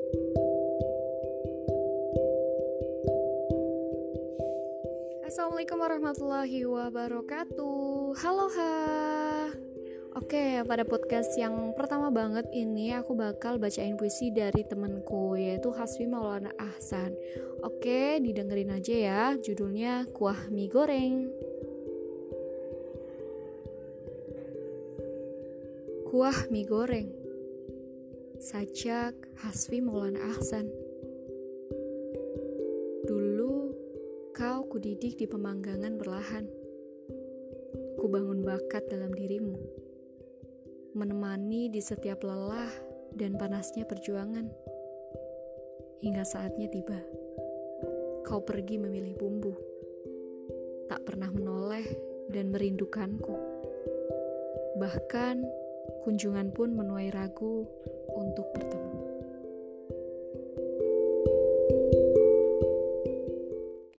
Assalamualaikum warahmatullahi wabarakatuh. Halo Oke, pada podcast yang pertama banget ini aku bakal bacain puisi dari temenku, yaitu Hasfi Maulana Ahsan. Oke, didengerin aja ya. Judulnya Kuah Mie Goreng. Kuah mie goreng, sajak Hasfi Maulana Ahsan. Dulu kau kudidik di pemanggangan berlahan. Kubangun bakat dalam dirimu, menemani di setiap lelah dan panasnya perjuangan. Hingga saatnya tiba, kau pergi memilih bumbu, tak pernah menoleh dan merindukanku. Bahkan kunjungan pun menuai ragu untuk bertemu.